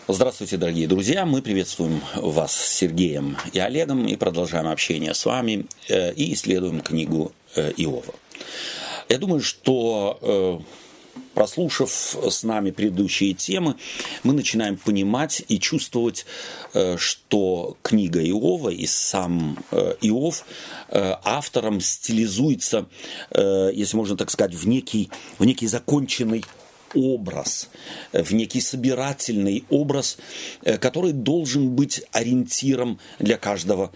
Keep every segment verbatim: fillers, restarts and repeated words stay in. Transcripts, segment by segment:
Здравствуйте, дорогие друзья! Мы приветствуем вас с Сергеем и Олегом и продолжаем общение с вами и исследуем книгу Иова. Я думаю, что, прослушав с нами предыдущие темы, мы начинаем понимать и чувствовать, что книга Иова и сам Иов автором стилизуется, если можно так сказать, в некий, в некий законченный образ, в некий собирательный образ, который должен быть ориентиром для каждого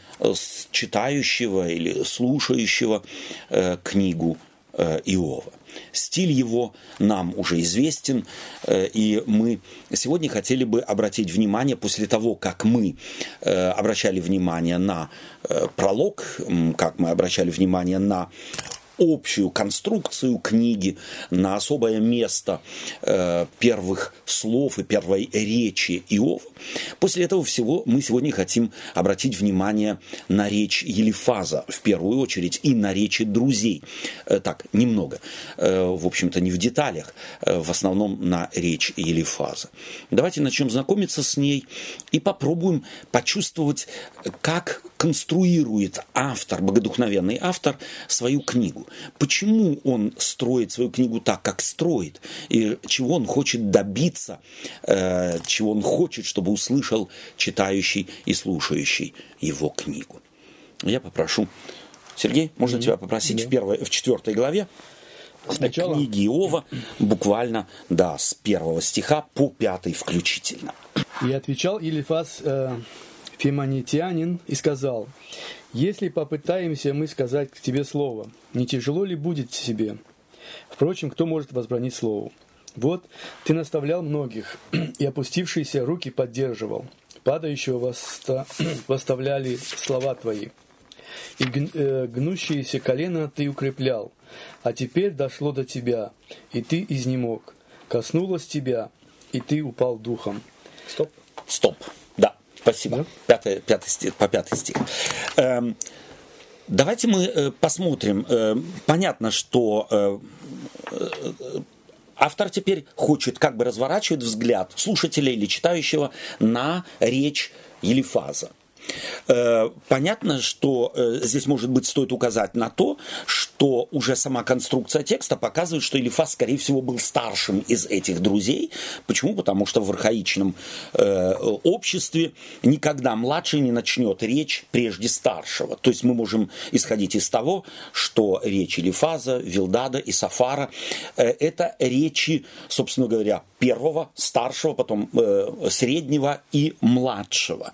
читающего или слушающего книгу Иова. Стиль его нам уже известен, и мы сегодня хотели бы обратить внимание, после того, как мы обращали внимание на пролог, как мы обращали внимание на общую конструкцию книги, на особое место э, первых слов и первой речи Иова. После этого всего мы сегодня хотим обратить внимание на речь Елифаза в первую очередь и на речи друзей. Э, так, немного. Э, в общем-то, не в деталях, э, в основном на речь Елифаза. Давайте начнем знакомиться с ней и попробуем почувствовать, как конструирует автор, богодухновенный автор, свою книгу. Почему он строит свою книгу так, как строит, и чего он хочет добиться, э, чего он хочет, чтобы услышал читающий и слушающий его книгу. Я попрошу, Сергей, можно mm-hmm. тебя попросить yeah. в, первой, в четвертой главе Сначала... книги Иова, буквально да, с первого стиха по пятый включительно. И отвечал Елифаз э, Фимонитянин и сказал: «Если попытаемся мы сказать к тебе слово, не тяжело ли будет тебе? Впрочем, кто может возбранить слову? Вот ты наставлял многих, и опустившиеся руки поддерживал, падающего восста... восставляли слова твои, и гнущиеся колена ты укреплял, а теперь дошло до тебя, и ты изнемог, коснулось тебя, и ты упал духом». Стоп. Стоп. Да. Спасибо. Да? Пятый, пятый стих, по пятый стих. Эм, давайте мы э, посмотрим. Э, понятно, что э, э, автор теперь хочет, как бы разворачивать взгляд слушателя или читающего на речь Елифаза. Э, понятно, что э, здесь, может быть, стоит указать на то, что уже сама конструкция текста показывает, что Елифаз, скорее всего, был старшим из этих друзей. Почему? Потому что в архаичном э, обществе никогда младший не начнет речь прежде старшего. То есть мы можем исходить из того, что речь Елифаза, Вилдада и Сафара э, это речи, собственно говоря, первого, старшего, потом э, среднего и младшего.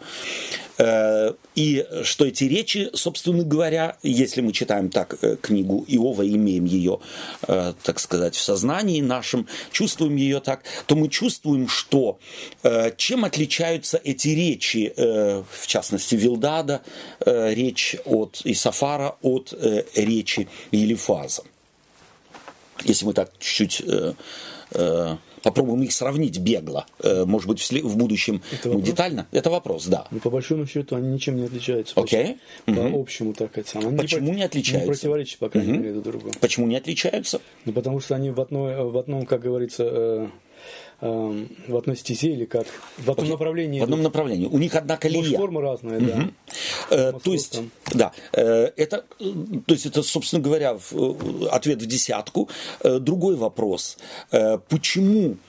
И что эти речи, собственно говоря, если мы читаем так книгу Иова, имеем ее, так сказать, в сознании нашем, чувствуем ее так, то мы чувствуем, что чем отличаются эти речи, в частности, Вилдада, речь от Исафара от речи Елифаза. Если мы так чуть-чуть попробуем их сравнить бегло, может быть, в будущем ну, детально. Это вопрос, да. Ну, по большому счету, они ничем не отличаются. Okay. По Uh-huh. общему, так сказать. Они Почему не, не отличаются? Не противоречат, по крайней uh-huh. мере, друг другу. Почему не отличаются? Ну, потому что они в, одной, в одном, как говорится, э, э, в одной стезе или как? В одном okay. направлении. В одном идут. направлении. У них одна колея. Может, форма разная, uh-huh. да. Э, то есть, там. да, э, это, то есть, это, собственно говоря, в, ответ в десятку. Э, другой вопрос. Э, почему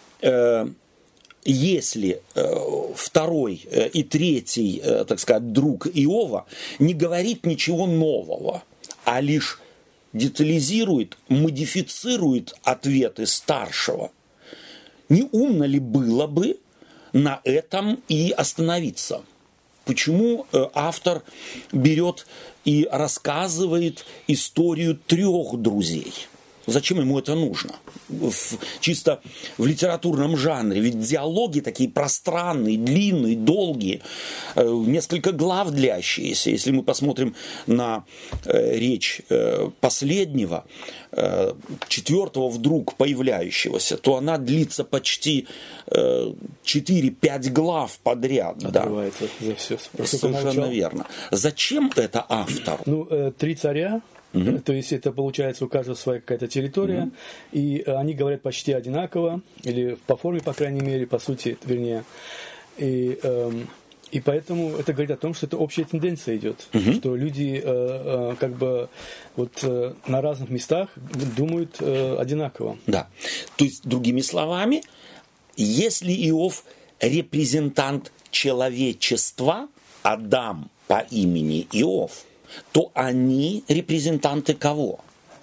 если второй и третий, так сказать, друг Иова не говорит ничего нового, а лишь детализирует, модифицирует ответы старшего, не умно ли было бы на этом и остановиться? Почему автор берет и рассказывает историю трех друзей? Зачем ему это нужно? В, чисто в литературном жанре. Ведь диалоги такие пространные, длинные, долгие, э, несколько глав длящиеся. Если мы посмотрим на э, речь э, последнего, э, четвертого вдруг появляющегося, то она длится почти э, четыре-пять глав подряд. Отрывает да. за все. Совершенно верно. Зачем это автору? Ну, э, три царя. Угу. То есть это получается у каждого своя какая-то территория, угу. и они говорят почти одинаково, или по форме, по крайней мере, по сути, вернее. И, эм, и поэтому это говорит о том, что это общая тенденция идет, угу. что люди э, э, как бы вот э, на разных местах думают э, одинаково. Да. То есть, другими словами, если Иов репрезентант человечества, Адам по имени Иов, то они репрезентанты кого?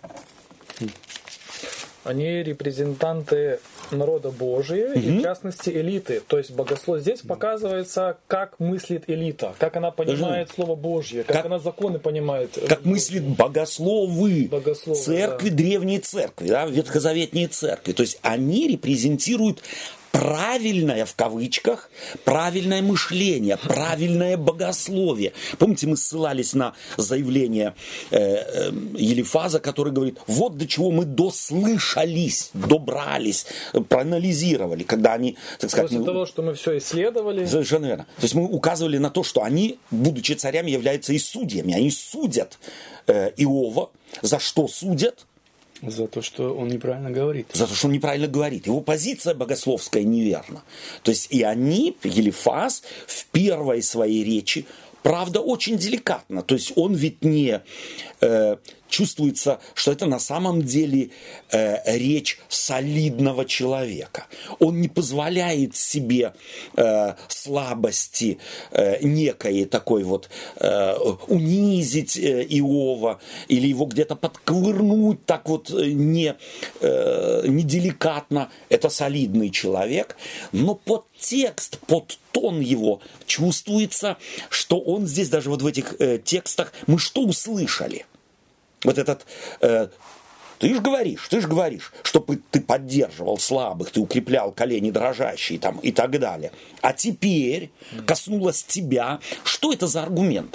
Они репрезентанты народа Божия, mm-hmm. и в частности элиты. То есть богослов здесь показывается, как мыслит элита, как она понимает Даже Слово Божье, как, как она законы понимает. Как мыслит богословы, богословы церкви, да. древней церкви, да, ветхозаветние церкви. То есть они репрезентируют правильное, в кавычках, правильное мышление, правильное богословие. Помните, мы ссылались на заявление э, э, Елифаза, который говорит, вот до чего мы дослышались, добрались, проанализировали, когда они, так сказать... После мы, того, что мы все исследовали... Совершенно верно. То есть мы указывали на то, что они, будучи царями, являются и судьями. Они судят э, Иова. За что судят? За то, что он неправильно говорит. За то, что он неправильно говорит. Его позиция богословская неверна. То есть и они, Елифаз, в первой своей речи, правда, очень деликатно. То есть он ведь не... Э, чувствуется, что это на самом деле э, речь солидного человека. Он не позволяет себе э, слабости э, некой такой вот э, унизить э, Иова или его где-то подковырнуть так вот не, э, не деликатно. Это солидный человек, но под текст, под тон его чувствуется, что он здесь даже вот в этих э, текстах мы что услышали? Вот этот, э, ты же говоришь, ты же говоришь, чтобы ты поддерживал слабых, ты укреплял колени дрожащие там, и так далее. А теперь коснулось тебя. Что это за аргумент?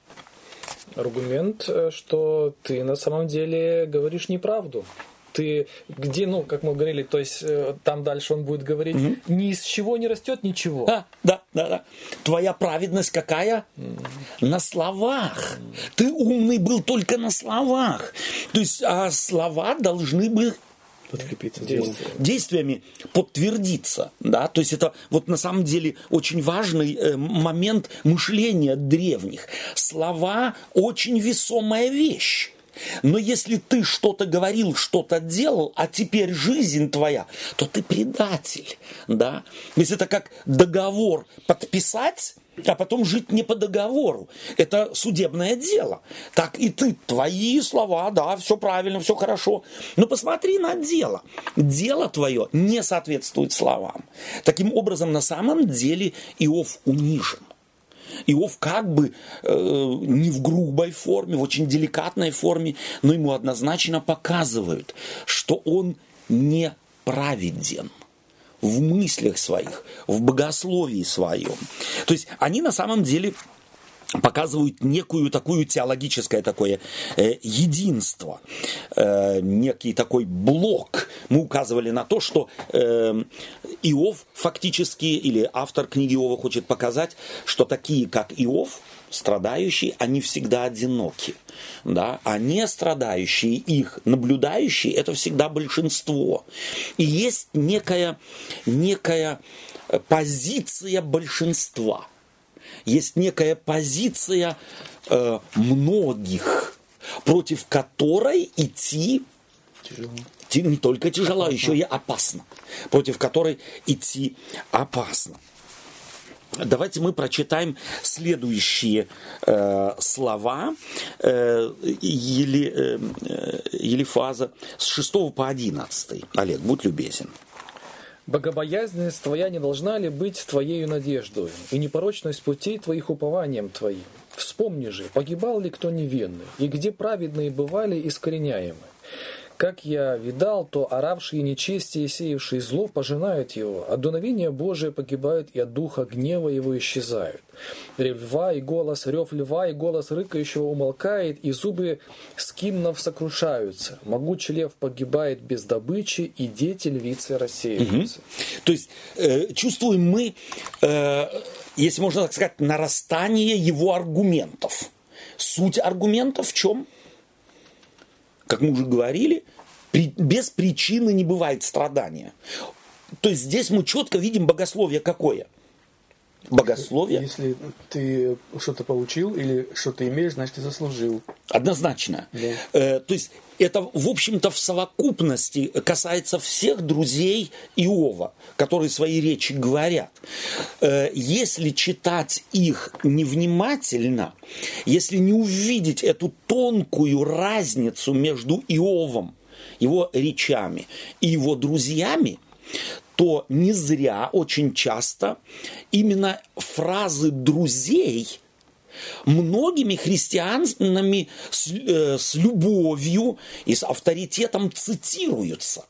Аргумент, что ты на самом деле говоришь неправду. Ты где, ну, как мы говорили, то есть там дальше он будет говорить, угу. ни из чего не растет ничего. Да, да, да, да. Твоя праведность какая? Mm. На словах. Mm. Ты умный был только на словах. То есть, а слова должны были подкрепиться действиями. действиями подтвердиться. Да? То есть это вот на самом деле очень важный э, момент мышления древних. Слова очень весомая вещь. Но если ты что-то говорил, что-то делал, а теперь жизнь твоя, то ты предатель. Да? То есть это как договор подписать, а потом жить не по договору. Это судебное дело. Так и ты, твои слова, да, все правильно, все хорошо. Но посмотри на дело. Дело твое не соответствует словам. Таким образом, на самом деле Иов унижен. Иов как бы э, не в грубой форме, в очень деликатной форме, но ему однозначно показывают, что он не праведен в мыслях своих, в богословии своем. То есть они на самом деле показывают некую такую теологическое такое э, единство, э, некий такой блок. Мы указывали на то, что э, Иов фактически, или автор книги Иова хочет показать, что такие, как Иов, страдающие, они всегда одиноки. Да? А не страдающие, их наблюдающие, это всегда большинство. И есть некая, некая позиция большинства. Есть некая позиция э, многих, против которой идти тяжело. Не только тяжело, опасно. Еще и опасно. Против которой идти опасно. Давайте мы прочитаем следующие э, слова э, Ели, э, Елифаза с шестого по одиннадцатый. Олег, будь любезен. Богобоязненность твоя не должна ли быть твоею надеждой, и непорочность путей твоих упованием твоим? Вспомни же, погибал ли кто невинный, и где праведные бывали искореняемы? Как я видал, то оравшие нечестие и сеявшие зло пожинают его, от дуновения Божия погибают и от духа гнева его исчезают. Рев льва и голос, рев льва и голос рыкающего умолкает, и зубы скимнов сокрушаются. Могучий лев погибает без добычи, и дети львицы рассеиваются. Угу. То есть э, чувствуем мы, э, если можно так сказать, нарастание его аргументов. Суть аргументов в чем? как мы уже говорили, при, без причины не бывает страдания. То есть здесь мы четко видим богословие какое? Богословие. Если ты что-то получил или что-то имеешь, значит, ты заслужил. Однозначно. Да. Э, то есть это, в общем-то, в совокупности касается всех друзей Иова, которые свои речи говорят. Э, если читать их невнимательно, если не увидеть эту тонкую разницу между Иовом, его речами и его друзьями, то не зря очень часто именно фразы друзей многими христианами с, э, с любовью и с авторитетом цитируются.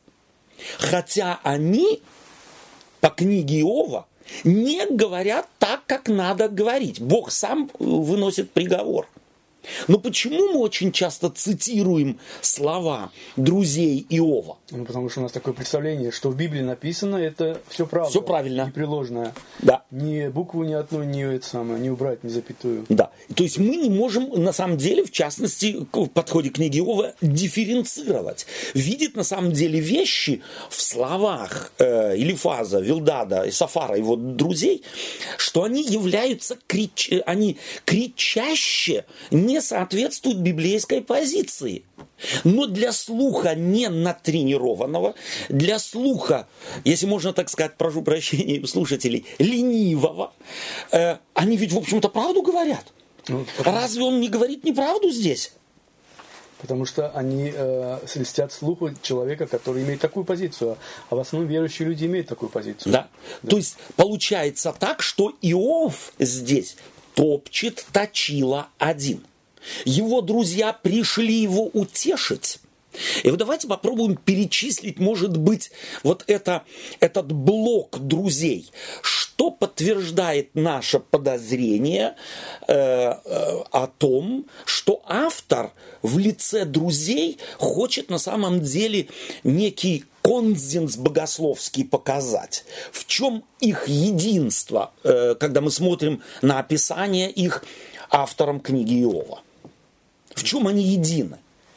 Хотя они по книге Иова не говорят так, как надо говорить. Бог сам выносит приговор. Но почему мы очень часто цитируем слова друзей Иова? Ну, потому что у нас такое представление, что в Библии написано, это все правда. Все правильно. Непреложное. Да. Ни букву ни одну не, это самое, не убрать, ни запятую. Да. То есть мы не можем, на самом деле, в частности, в подходе к книге Иова, дифференцировать. Видеть, на самом деле, вещи в словах э, Элифаза, Вилдада и Сафара, его друзей, что они являются, крич... они кричаще не соответствуют библейской позиции. Но для слуха не натренированного, для слуха, если можно так сказать, прошу прощения слушателей, ленивого, э, они ведь, в общем-то, правду говорят. Ну, потому... Разве он не говорит неправду здесь? Потому что они э, льстят слуху человека, который имеет такую позицию. А в основном верующие люди имеют такую позицию. Да. Да. То есть получается так, что Иов здесь топчет точила один. Его друзья пришли его утешить. И вот давайте попробуем перечислить, может быть, вот это, этот блок друзей. Что подтверждает наше подозрение э, э, о том, что автор в лице друзей хочет на самом деле некий консенс богословский показать. В чем их единство, э, когда мы смотрим на описание их автором книги Иова? В чем они едины?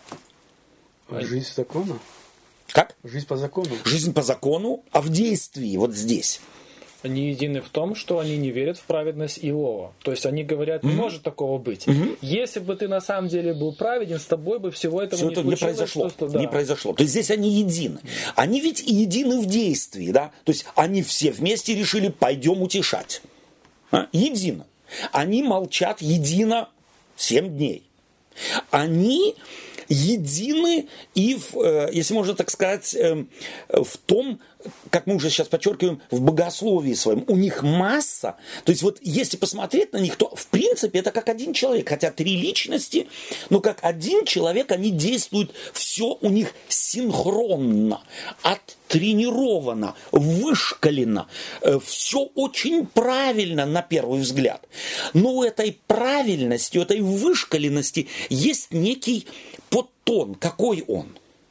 Жизнь по закону. Как? Жизнь по закону. Жизнь по закону, а в действии вот здесь. Они едины в том, что они не верят в праведность Иова. То есть они говорят, не mm-hmm. может такого быть. Mm-hmm. Если бы ты на самом деле был праведен, с тобой бы всего этого Все не это случилось. Не произошло. Что, да. Не произошло. То есть здесь они едины. Они ведь и едины в действии, да? То есть они все вместе решили, пойдем утешать. А? Едино. Они молчат едино семь дней. Они едины и, в, если можно так сказать, в том, как мы уже сейчас подчеркиваем, в богословии своем. У них масса. То есть вот если посмотреть на них, то в принципе это как один человек. Хотя три личности, но как один человек они действуют, все у них синхронно, оттренировано, вышкалено. Все очень правильно на первый взгляд. Но у этой правильности, у этой вышкаленности есть некий подтон. Какой он?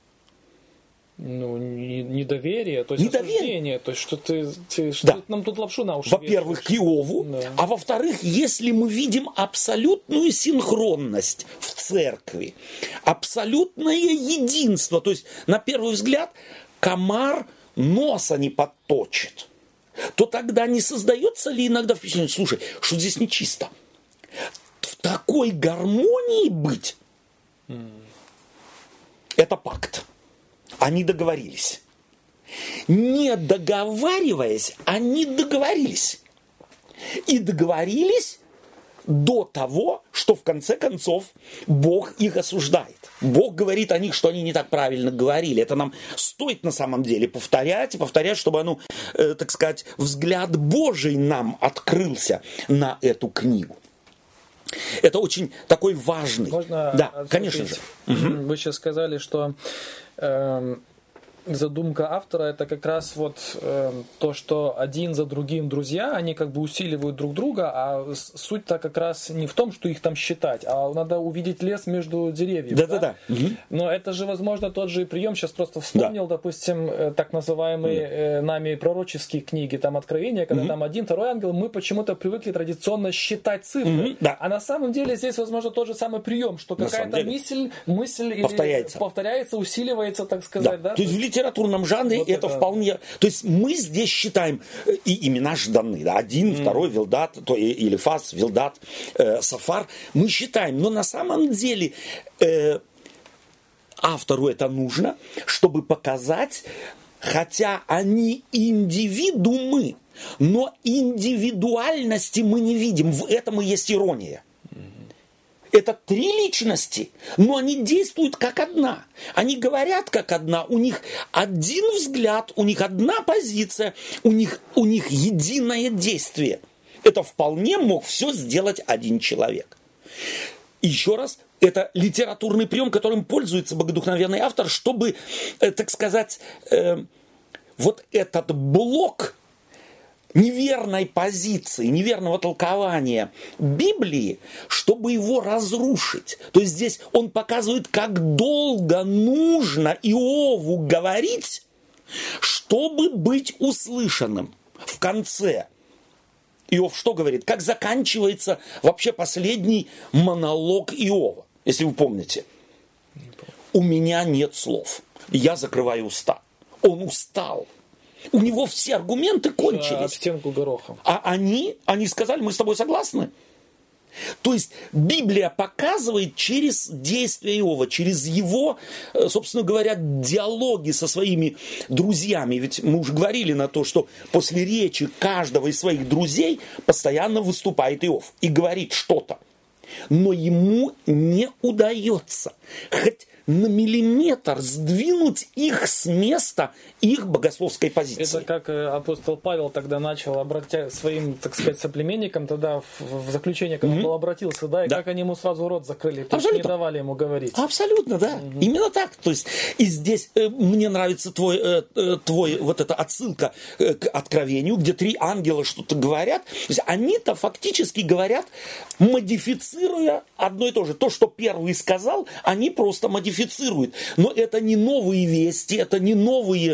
Ну, недоверие, то есть недоверие. осуждение, то есть что ты, ты что да. ты нам тут лапшу на уши Во-первых, к Иову, да. а во-вторых, если мы видим абсолютную синхронность в церкви, абсолютное единство, то есть на первый взгляд комар носа не подточит, то тогда не создается ли иногда впечатление, слушай, что здесь нечисто? В такой гармонии быть, mm. это пакт. Они договорились. Не договариваясь, они договорились. И договорились до того, что в конце концов Бог их осуждает. Бог говорит о них, что они не так правильно говорили. Это нам стоит на самом деле повторять и повторять, чтобы, ну, э, так сказать, взгляд Божий нам открылся на эту книгу. Это очень такой важный. Можно да, отступить? конечно же. Вы сейчас сказали, что э, задумка автора это как раз вот э, то, что один за другим друзья, они как бы усиливают друг друга, а суть-то как раз не в том, что их там считать, а надо увидеть лес между деревьями. Да-да-да. Да? Угу. Но это же, возможно, тот же прием. Сейчас просто вспомнил, да. допустим, э, так называемые э, нами пророческие книги, там Откровения, когда угу. там один, второй ангел, мы почему-то привыкли традиционно считать цифры. Угу. Да. А на самом деле здесь, возможно, тот же самый прием, что какая-то мысль, мысль повторяется. Или повторяется, усиливается, так сказать. Да. Да? То есть в литературном жанре вот это, это вполне... То есть мы здесь считаем, и имена же даны, да, один, mm. второй, Вилдат, то, Элифаз, Вилдат, э, Сафар, мы считаем, но на самом деле э, автору это нужно, чтобы показать, хотя они индивидуумы, но индивидуальности мы не видим, в этом и есть ирония. Это три личности, но они действуют как одна. Они говорят как одна, у них один взгляд, у них одна позиция, у них, у них единое действие. Это вполне мог все сделать один человек. Еще раз, это литературный прием, которым пользуется богодухновенный автор, чтобы, э, так сказать, э, вот этот блок неверной позиции, неверного толкования Библии, чтобы его разрушить. То есть здесь он показывает, как долго нужно Иову говорить, чтобы быть услышанным. В конце Иов что говорит? Как заканчивается вообще последний монолог Иова, если вы помните. У меня нет слов, я закрываю уста. Он устал. У него все аргументы кончились. Об стенку горохом. А они, они сказали, мы с тобой согласны. То есть Библия показывает через действия Иова, через его, собственно говоря, диалоги со своими друзьями. Ведь мы уже говорили на то, что после речи каждого из своих друзей постоянно выступает Иов и говорит что-то. Но ему не удается хоть на миллиметр сдвинуть их с места, их богословской позиции. Это как апостол Павел тогда начал, обратя своим, так сказать, соплеменникам, тогда в, в заключение, когда mm-hmm. он обратился, да, и да. как они ему сразу рот закрыли, то есть не давали ему говорить. Абсолютно, да. Mm-hmm. Именно так. То есть, и здесь э, мне нравится твой, э, э, твой вот эта отсылка э, к Откровению, где три ангела что-то говорят. То есть, они-то фактически говорят, модифицируя одно и то же. То, что первый сказал, они просто модифицируют. Но это не новые вести, это не новые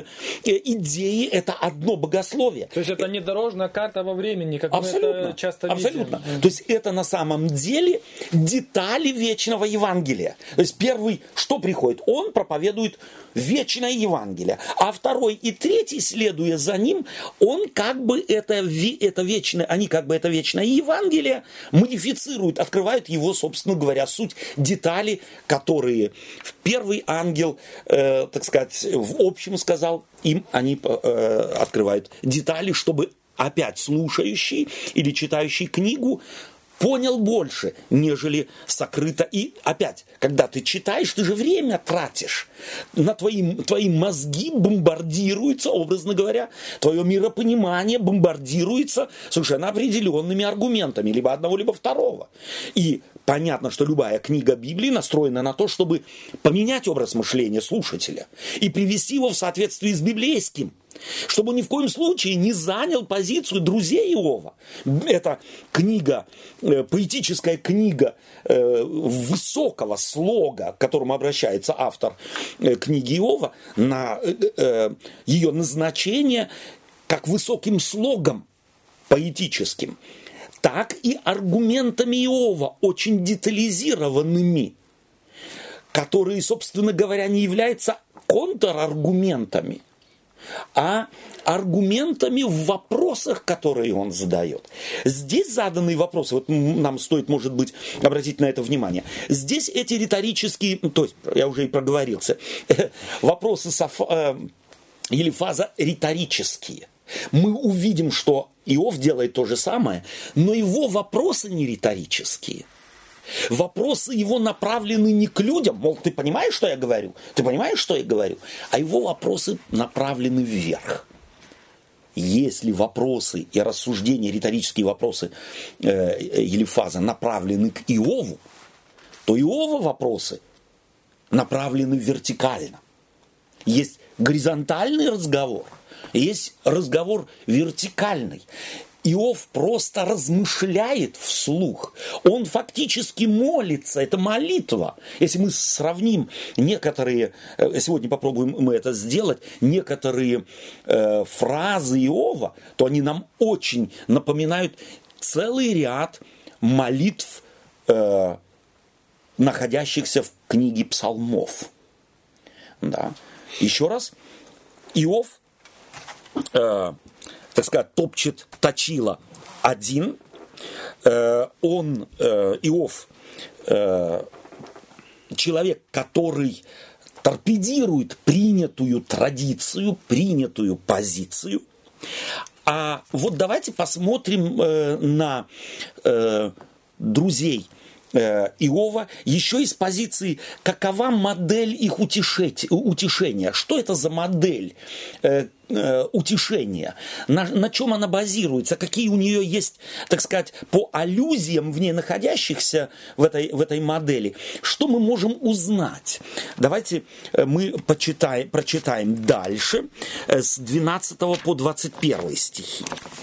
идеи, это одно богословие. То есть это не дорожная карта во времени, как абсолютно, мы это часто абсолютно. видим. То есть это на самом деле детали вечного Евангелия. То есть первый, что приходит? Он проповедует вечное Евангелие. А второй и третий, следуя за ним, он как бы это, это вечное, они как бы это вечное Евангелие модифицируют, открывают его, собственно говоря, суть, детали, которые первый ангел, э, так сказать, в общем сказал, им они э, открывают детали, чтобы опять слушающий или читающий книгу понял больше, нежели сокрыто. И опять, когда ты читаешь, ты же время тратишь. На твои, твои мозги бомбардируются, образно говоря, твое миропонимание бомбардируется совершенно определенными аргументами, либо одного, либо второго. И понятно, что любая книга Библии настроена на то, чтобы поменять образ мышления слушателя и привести его в соответствии с библейским. Чтобы ни в коем случае не занял позицию друзей Иова. Это книга, поэтическая книга высокого слога, к которому обращается автор книги Иова, на ее назначение как высоким слогом поэтическим, так и аргументами Иова, очень детализированными, которые, собственно говоря, не являются контраргументами, а аргументами в вопросах, которые он задает. Здесь заданные вопросы, вот нам стоит, может быть, обратить на это внимание. Здесь эти риторические, то есть, я уже и проговорился, вопросы Элифаза риторические. Мы увидим, что Иов делает то же самое, но его вопросы не риторические. Вопросы его направлены не к людям, мол, ты понимаешь, что я говорю? Ты понимаешь, что я говорю? А его вопросы направлены вверх. Если вопросы и рассуждения, риторические вопросы э, Элифаза направлены к Иову, то Иова вопросы направлены вертикально. Есть горизонтальный разговор, есть разговор вертикальный. Иов просто размышляет вслух. Он фактически молится. Это молитва. Если мы сравним некоторые, сегодня попробуем мы это сделать, некоторые э, фразы Иова, то они нам очень напоминают целый ряд молитв, э, находящихся в книге псалмов. Да. Еще раз, Иов, э, так сказать, топчет точила один. Э, он, э, Иов, э, человек, который торпедирует принятую традицию, принятую позицию. А вот давайте посмотрим э, на э, друзей Иова еще из позиции, какова модель их утешить, утешения. Что это за модель э, э, утешения? На, на чем она базируется? Какие у нее есть, так сказать, по аллюзиям в ней находящихся в этой, в этой модели? Что мы можем узнать? Давайте мы почитаем, прочитаем дальше с двенадцатого по двадцать первый стихи.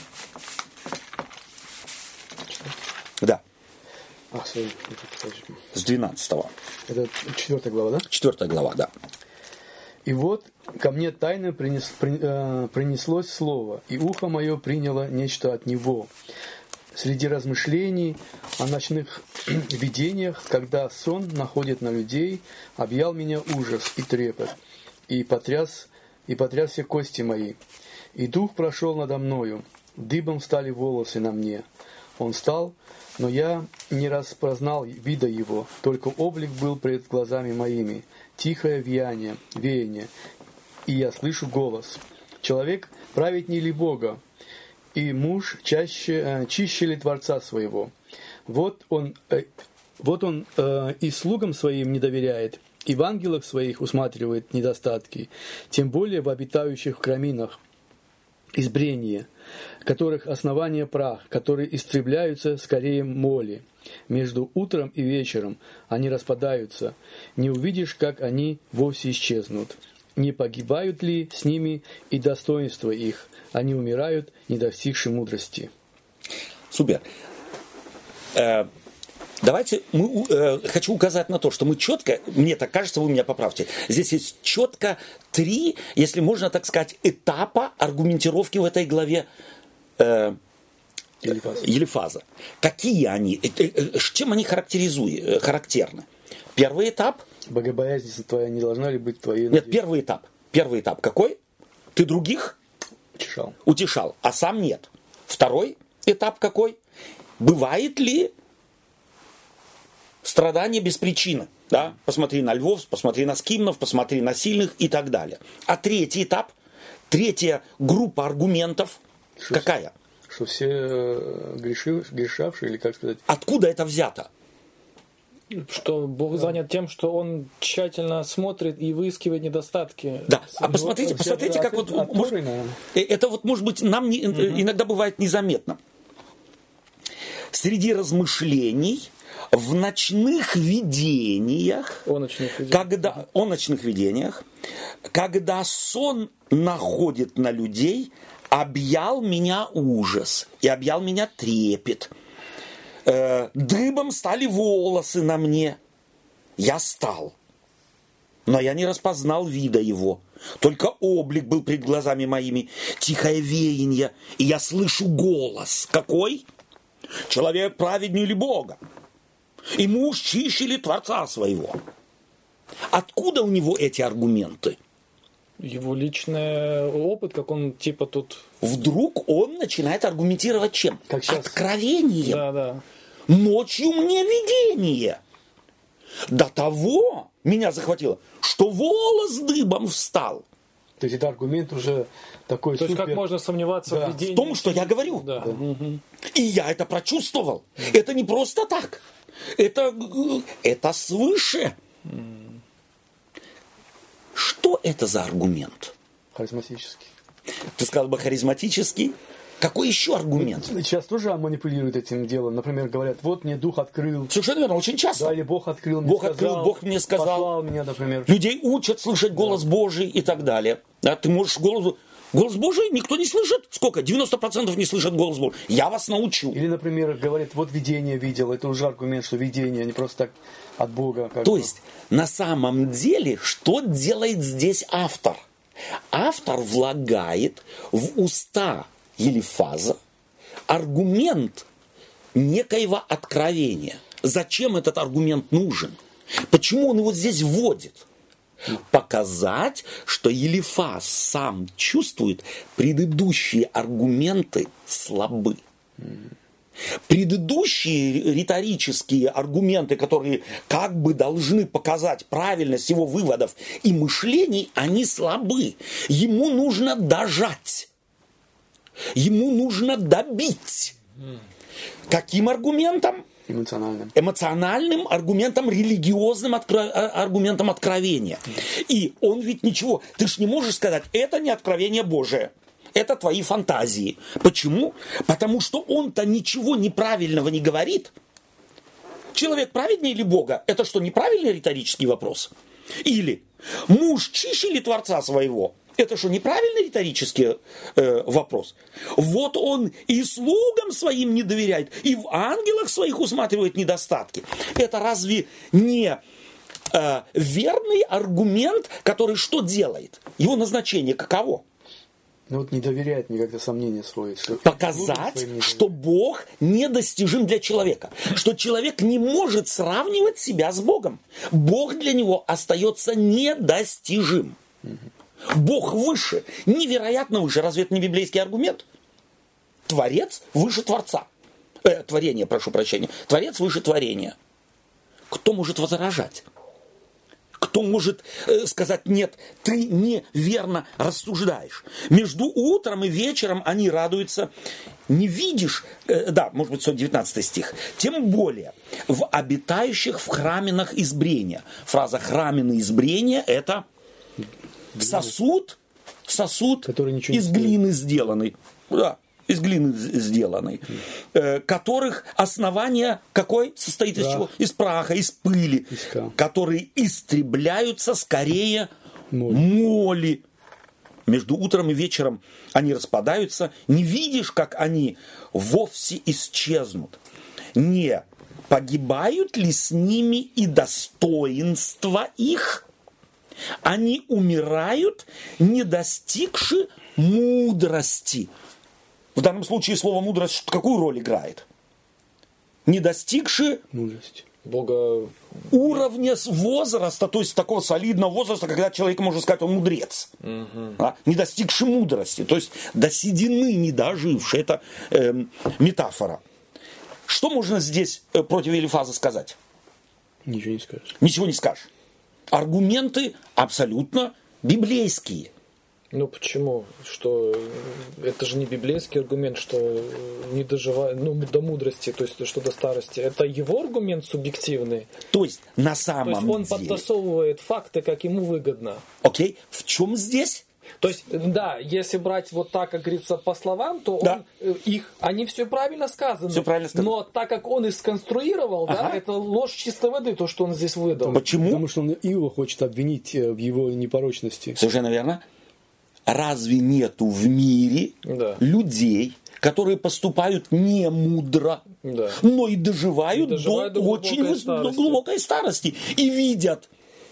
Да. А, sorry. С двенадцатого. Это четвертая глава, да? Четвертая глава, да. «И вот ко мне тайно принес, при, э, принеслось слово, и ухо мое приняло нечто от него. Среди размышлений о ночных видениях, когда сон находит на людей, объял меня ужас и трепет, и потряс, и потряс все кости мои. И дух прошел надо мною, дыбом встали волосы на мне. Он встал, но я не распознал вида его, только облик был пред глазами моими, тихое веяние, веяние, и я слышу голос. Человек праведней ли Бога, и муж чаще, э, чище ли Творца своего. Вот он, э, вот он э, и слугам своим не доверяет, и в ангелах своих усматривает недостатки, тем более в обитающих в краминах. Избрение, которых основание прах, которые истребляются скорее моли. Между утром и вечером они распадаются. Не увидишь, как они вовсе исчезнут. Не погибают ли с ними и достоинства их? Они умирают, не достигши мудрости». Супер. Э, давайте, мы, э, хочу указать на то, что мы четко, мне так кажется, вы меня поправьте, здесь есть четко три, если можно так сказать, этапа аргументировки в этой главе э, Елифаза. Елифаза. Какие они, э, э, чем они характеризуют, э, характерны? Первый этап. Богобоязнь твоя не должна ли быть твоей? Нет, первый этап. Первый этап какой? Ты других утешал. утешал, а сам нет. Второй этап какой? Бывает ли страдание без причины? Да? Посмотри на львов, посмотри на скимнов, посмотри на сильных и так далее. А третий этап, третья группа аргументов, что, какая? Что все греши, грешавшие, или как сказать? Откуда это взято? Что Бог занят тем, что Он тщательно смотрит и выискивает недостатки. Да, а посмотрите, посмотрите, как вот... Может, это вот, может быть, нам не, угу. иногда бывает незаметно. Среди размышлений в ночных видениях, о ночных видениях. Когда, о ночных видениях, когда сон находит на людей, объял меня ужас и объял меня трепет. Э, дыбом стали волосы на мне. Я стал, но я не распознал вида его. Только облик был пред глазами моими, тихое веяние, и я слышу голос. Какой? Человек праведнее ли Бога? И муж чище ли Творца своего? Откуда у него эти аргументы? Его личный опыт, как он типа тут... Вдруг он начинает аргументировать чем? Как сейчас. Откровением. Да, да. Ночью мне видение. До того меня захватило, что волос дыбом встал. То есть это аргумент уже такой То супер... есть как можно сомневаться да. в видении? В том, что я говорю. Да. Да. Угу. И я это прочувствовал. Mm. Это не просто так. Это, это свыше. Mm. Что это за аргумент? Харизматический. Ты сказал бы харизматический? Какой еще аргумент? Сейчас тоже манипулируют этим делом. Например, говорят, вот мне Дух открыл. Совершенно верно, очень часто. Да, или Бог открыл мне, Бог сказал, открыл, Бог мне сказал. послал меня, например. Людей учат слышать голос Божий и так далее. Да, ты можешь голос... Голос Божий никто не слышит. Сколько? девяносто процентов не слышат голос Божий. Я вас научу. Или, например, говорят, вот видение видел. Это уже аргумент, что видение, а не просто так от Бога. Как То бы. есть, на самом деле, что делает здесь автор? Автор влагает в уста Елифаза аргумент некоего откровения. Зачем этот аргумент нужен? Почему он его здесь вводит? Показать, что Елифаз сам чувствует, предыдущие аргументы слабы. Предыдущие риторические аргументы, которые как бы должны показать правильность его выводов и мышлений, они слабы. Ему нужно дожать. Ему нужно добить. Каким аргументом? Эмоциональным. Эмоциональным аргументом, религиозным откро... аргументом откровения. И он ведь ничего... Ты ж не можешь сказать, это не откровение Божие. Это твои фантазии. Почему? Потому что он-то ничего неправильного не говорит. Человек праведнее ли Бога? Это что, неправильный риторический вопрос? Или муж чище ли Творца своего? Это что, неправильный риторический э, вопрос? Вот он и слугам своим не доверяет, и в ангелах своих усматривает недостатки. Это разве не э, верный аргумент, который что делает? Его назначение каково? Ну вот не доверяет мне как-то сомнения свои. Что Показать, что Бог недостижим для человека. Что человек не может сравнивать себя с Богом. Бог для него остается недостижим. Бог выше, невероятно выше. Разве это не библейский аргумент? Творец выше Творца. Э, творение, прошу прощения. Творец выше творения. Кто может возражать? Кто может э, сказать, нет, ты неверно рассуждаешь. Между утром и вечером они радуются. Не видишь, э, да, может быть, сто девятнадцатый стих. Тем более, в обитающих в храминах избрения. Фраза «храмины избрения» — это сосуд, сосуд из глины сделанный. Да, из глины сделанный. Э, которых основание какой состоит из Прах. чего? Из праха, из пыли. Песка. Которые истребляются скорее Моли. моли. Между утром и вечером они распадаются. Не видишь, как они вовсе исчезнут. Не погибают ли с ними и достоинства их? Они умирают, не достигши мудрости. В данном случае слово «мудрость» какую роль играет? Не достигши Мудрость. Бога... уровня возраста, то есть такого солидного возраста, когда человек может сказать, он мудрец. Угу. А? Не достигши мудрости, то есть до седины не доживший. Это э, метафора. Что можно здесь э, против Елифаза сказать? Ничего не скажешь. Ничего не скажешь. Аргументы абсолютно библейские. Ну почему? Что это же не библейский аргумент, что не доживая, ну, до мудрости, то есть что до старости. Это его аргумент субъективный. То есть на То самом есть он деле. подтасовывает факты, как ему выгодно. Окей, в чем здесь? То есть, да, если брать вот так, как говорится, по словам, то Да. он, э, их, они все правильно сказаны. Всё правильно сказано. Но так как он их сконструировал, Ага. да, это ложь чистой воды, то, что он здесь выдал. Почему? Потому что он Иова хочет обвинить э, в его непорочности. Совершенно верно. Разве нету в мире Да. людей, которые поступают не мудро, Да. но и доживают, И доживают до, до очень глубокой выс- старости. до глубокой старости и видят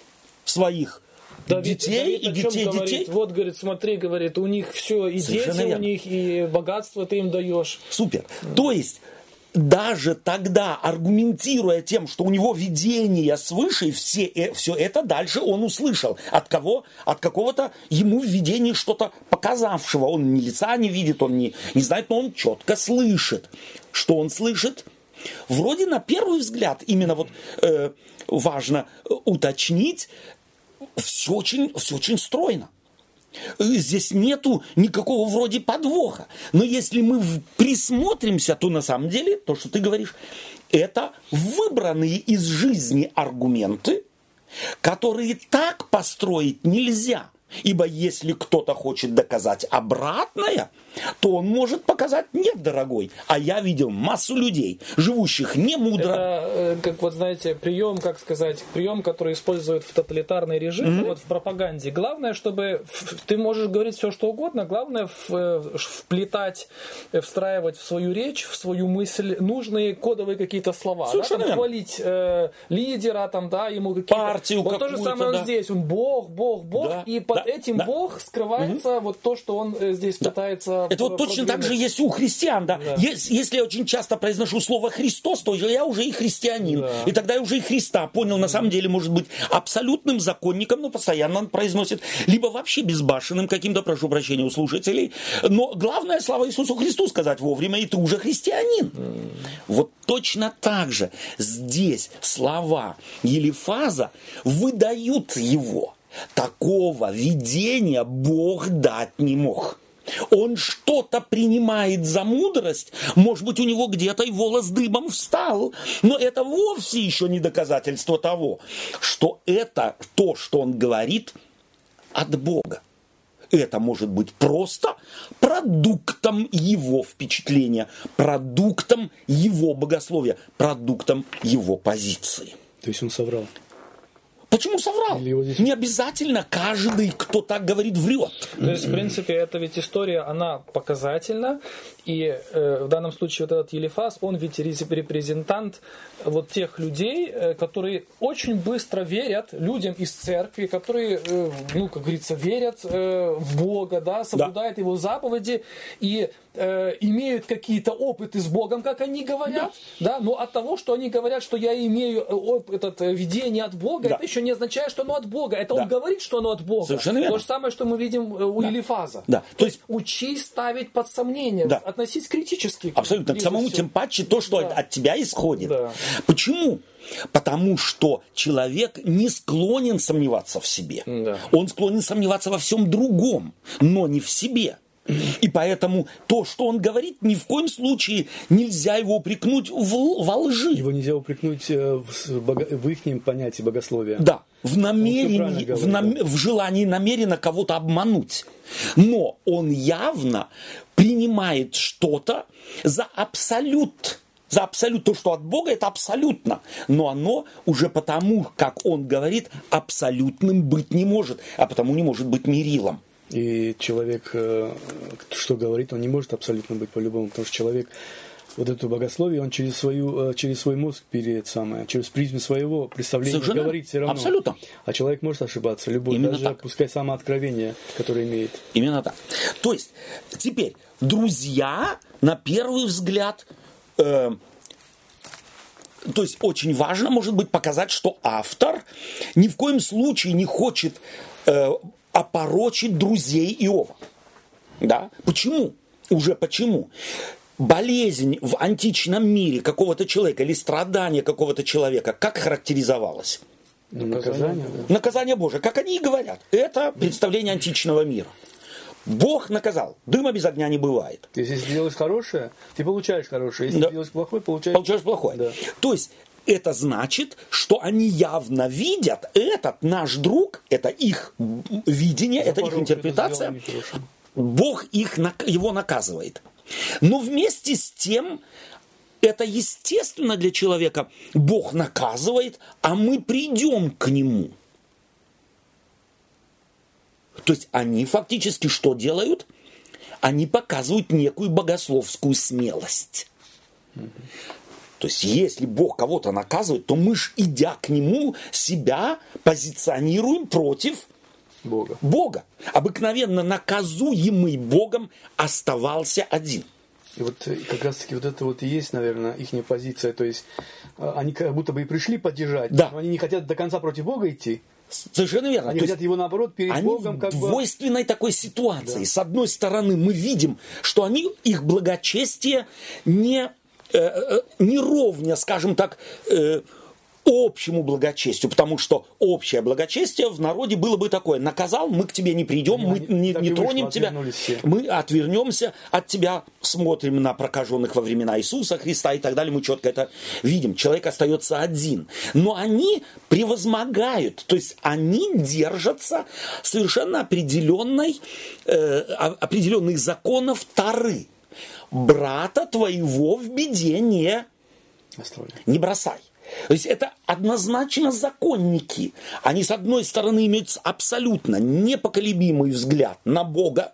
своих Давид- детей Давид и о чем детей говорит? детей. Вот, говорит, смотри, говорит, у них все, и Совершенно дети верно. у них, и богатство ты им даешь. Супер. То есть даже тогда, аргументируя тем, что у него видение свыше, и все, э, все это дальше он услышал. От кого? От какого-то ему в видении что-то показавшего. Он ни лица не видит, он не, не знает, но он четко слышит. Что он слышит? Вроде на первый взгляд именно вот э, важно уточнить, все очень, все очень стройно. Здесь нету никакого вроде подвоха. Но если мы в- присмотримся, то на самом деле, то, что ты говоришь, это выбранные из жизни аргументы, которые так построить нельзя. Ибо если кто-то хочет доказать обратное, то он может показать: нет, дорогой, а я видел массу людей, живущих не мудро. Это, как вот знаете, прием, как сказать, прием, который используют в тоталитарный режим, mm-hmm. вот в пропаганде. Главное, чтобы ты можешь говорить все, что угодно, главное вплетать, встраивать в свою речь, в свою мысль нужные кодовые какие-то слова. Да, там, хвалить э, лидера, там, да, ему какие-то... партию вот то же самое да. здесь. Он Бог, Бог, Бог, да, и под да, этим да. Бог скрывается угу. вот то, что он здесь да. пытается... Это вот точно так же есть у христиан, да. да. Если, если я очень часто произношу слово Христос, то я уже и христианин. Да. И тогда я уже и Христа понял. На самом деле может быть абсолютным законником, но постоянно он произносит. Либо вообще безбашенным каким-то, прошу прощения у слушателей. Но главное, слава Иисусу Христу сказать вовремя, и ты уже христианин. Mm. Вот точно так же здесь слова Елифаза выдают его. Такого видения Бог дать не мог. Он что-то принимает за мудрость, может быть, у него где-то и волос дыбом встал, но это вовсе еще не доказательство того, что это то, что он говорит, от Бога. Это может быть просто продуктом его впечатления, продуктом его богословия, продуктом его позиции. То есть он соврал? Почему соврал? Здесь... Не обязательно каждый, кто так говорит, врет. То есть, в принципе, эта ведь история, она показательна. И э, в данном случае вот этот Елифаз, он ведь репрезентант вот тех людей, э, которые очень быстро верят людям из церкви, которые, э, ну, как говорится, верят э, в Бога, да, соблюдают да. его заповеди и э, имеют какие-то опыты с Богом, как они говорят, да. Да, но от того, что они говорят, что я имею это видение от Бога, да. это еще не означает, что оно от Бога. Это да. он говорит, что оно от Бога. Совершенно верно. То же самое, что мы видим у да. Елифаза. Да. То, То есть учись ставить под сомнение, да. относись критически. Абсолютно. К самому, тем паче, то, что да. от тебя исходит. Да. Почему? Потому что человек не склонен сомневаться в себе. Да. Он склонен сомневаться во всем другом, но не в себе. И поэтому то, что он говорит, ни в коем случае нельзя его упрекнуть в, во лжи. Его нельзя упрекнуть в, в их понятии богословия. Да, в намерении, в, нам, в желании намеренно кого-то обмануть. Но он явно принимает что-то за абсолют. За абсолют. То, что от Бога, это абсолютно. Но оно уже потому, как он говорит, абсолютным быть не может. А потому не может быть мерилом. И человек, что говорит, он не может абсолютно быть по-любому, потому что человек вот это богословие, он через, свою, через свой мозг перед самое, через призму своего представления совершенно говорит все равно. Абсолютно. А человек может ошибаться, любой, именно даже так. пускай самооткровение, которое имеет. Именно так. То есть, теперь, друзья, на первый взгляд, э, то есть очень важно, может быть, показать, что автор ни в коем случае не хочет э, опорочить друзей Иова. Да? Почему? Уже почему? Болезнь в античном мире какого-то человека или страдание какого-то человека как характеризовалось? Наказание. Да. Наказание Божие. Как они и говорят. Это представление античного мира. Бог наказал. Дыма без огня не бывает. Если ты делаешь хорошее, ты получаешь хорошее. Если да. ты делаешь плохое, получаешь... получаешь плохое. Да. То есть это значит, что они явно видят, этот наш друг, это их видение, это их интерпретация. Бог их, его наказывает. Но вместе с тем, это естественно для человека. Бог наказывает, а мы придем к нему. То есть они фактически что делают? Они показывают некую богословскую смелость. То есть если Бог кого-то наказывает, то мы ж, идя к нему, себя позиционируем против Бога. Бога. Обыкновенно наказуемый Богом оставался один. И вот как раз таки вот это вот и есть, наверное, их позиция. То есть они как будто бы и пришли поддержать, да. но они не хотят до конца против Бога идти. Совершенно верно. Они То хотят его наоборот перед они Богом как в бы... двойственной такой ситуации. Да. С одной стороны мы видим, что они, их благочестие не, э, не ровня, скажем так, э, общему благочестию, потому что общее благочестие в народе было бы такое: наказал, мы к тебе не придем, мы не, не тронем тебя, мы отвернемся от тебя, смотрим на прокаженных во времена Иисуса Христа и так далее, мы четко это видим. Человек остается один. Но они превозмогают, то есть они держатся совершенно определенной, э, определенных законов Торы. Брата твоего в беде не, не бросай. То есть это однозначно законники. Они, с одной стороны, имеют абсолютно непоколебимый взгляд на Бога.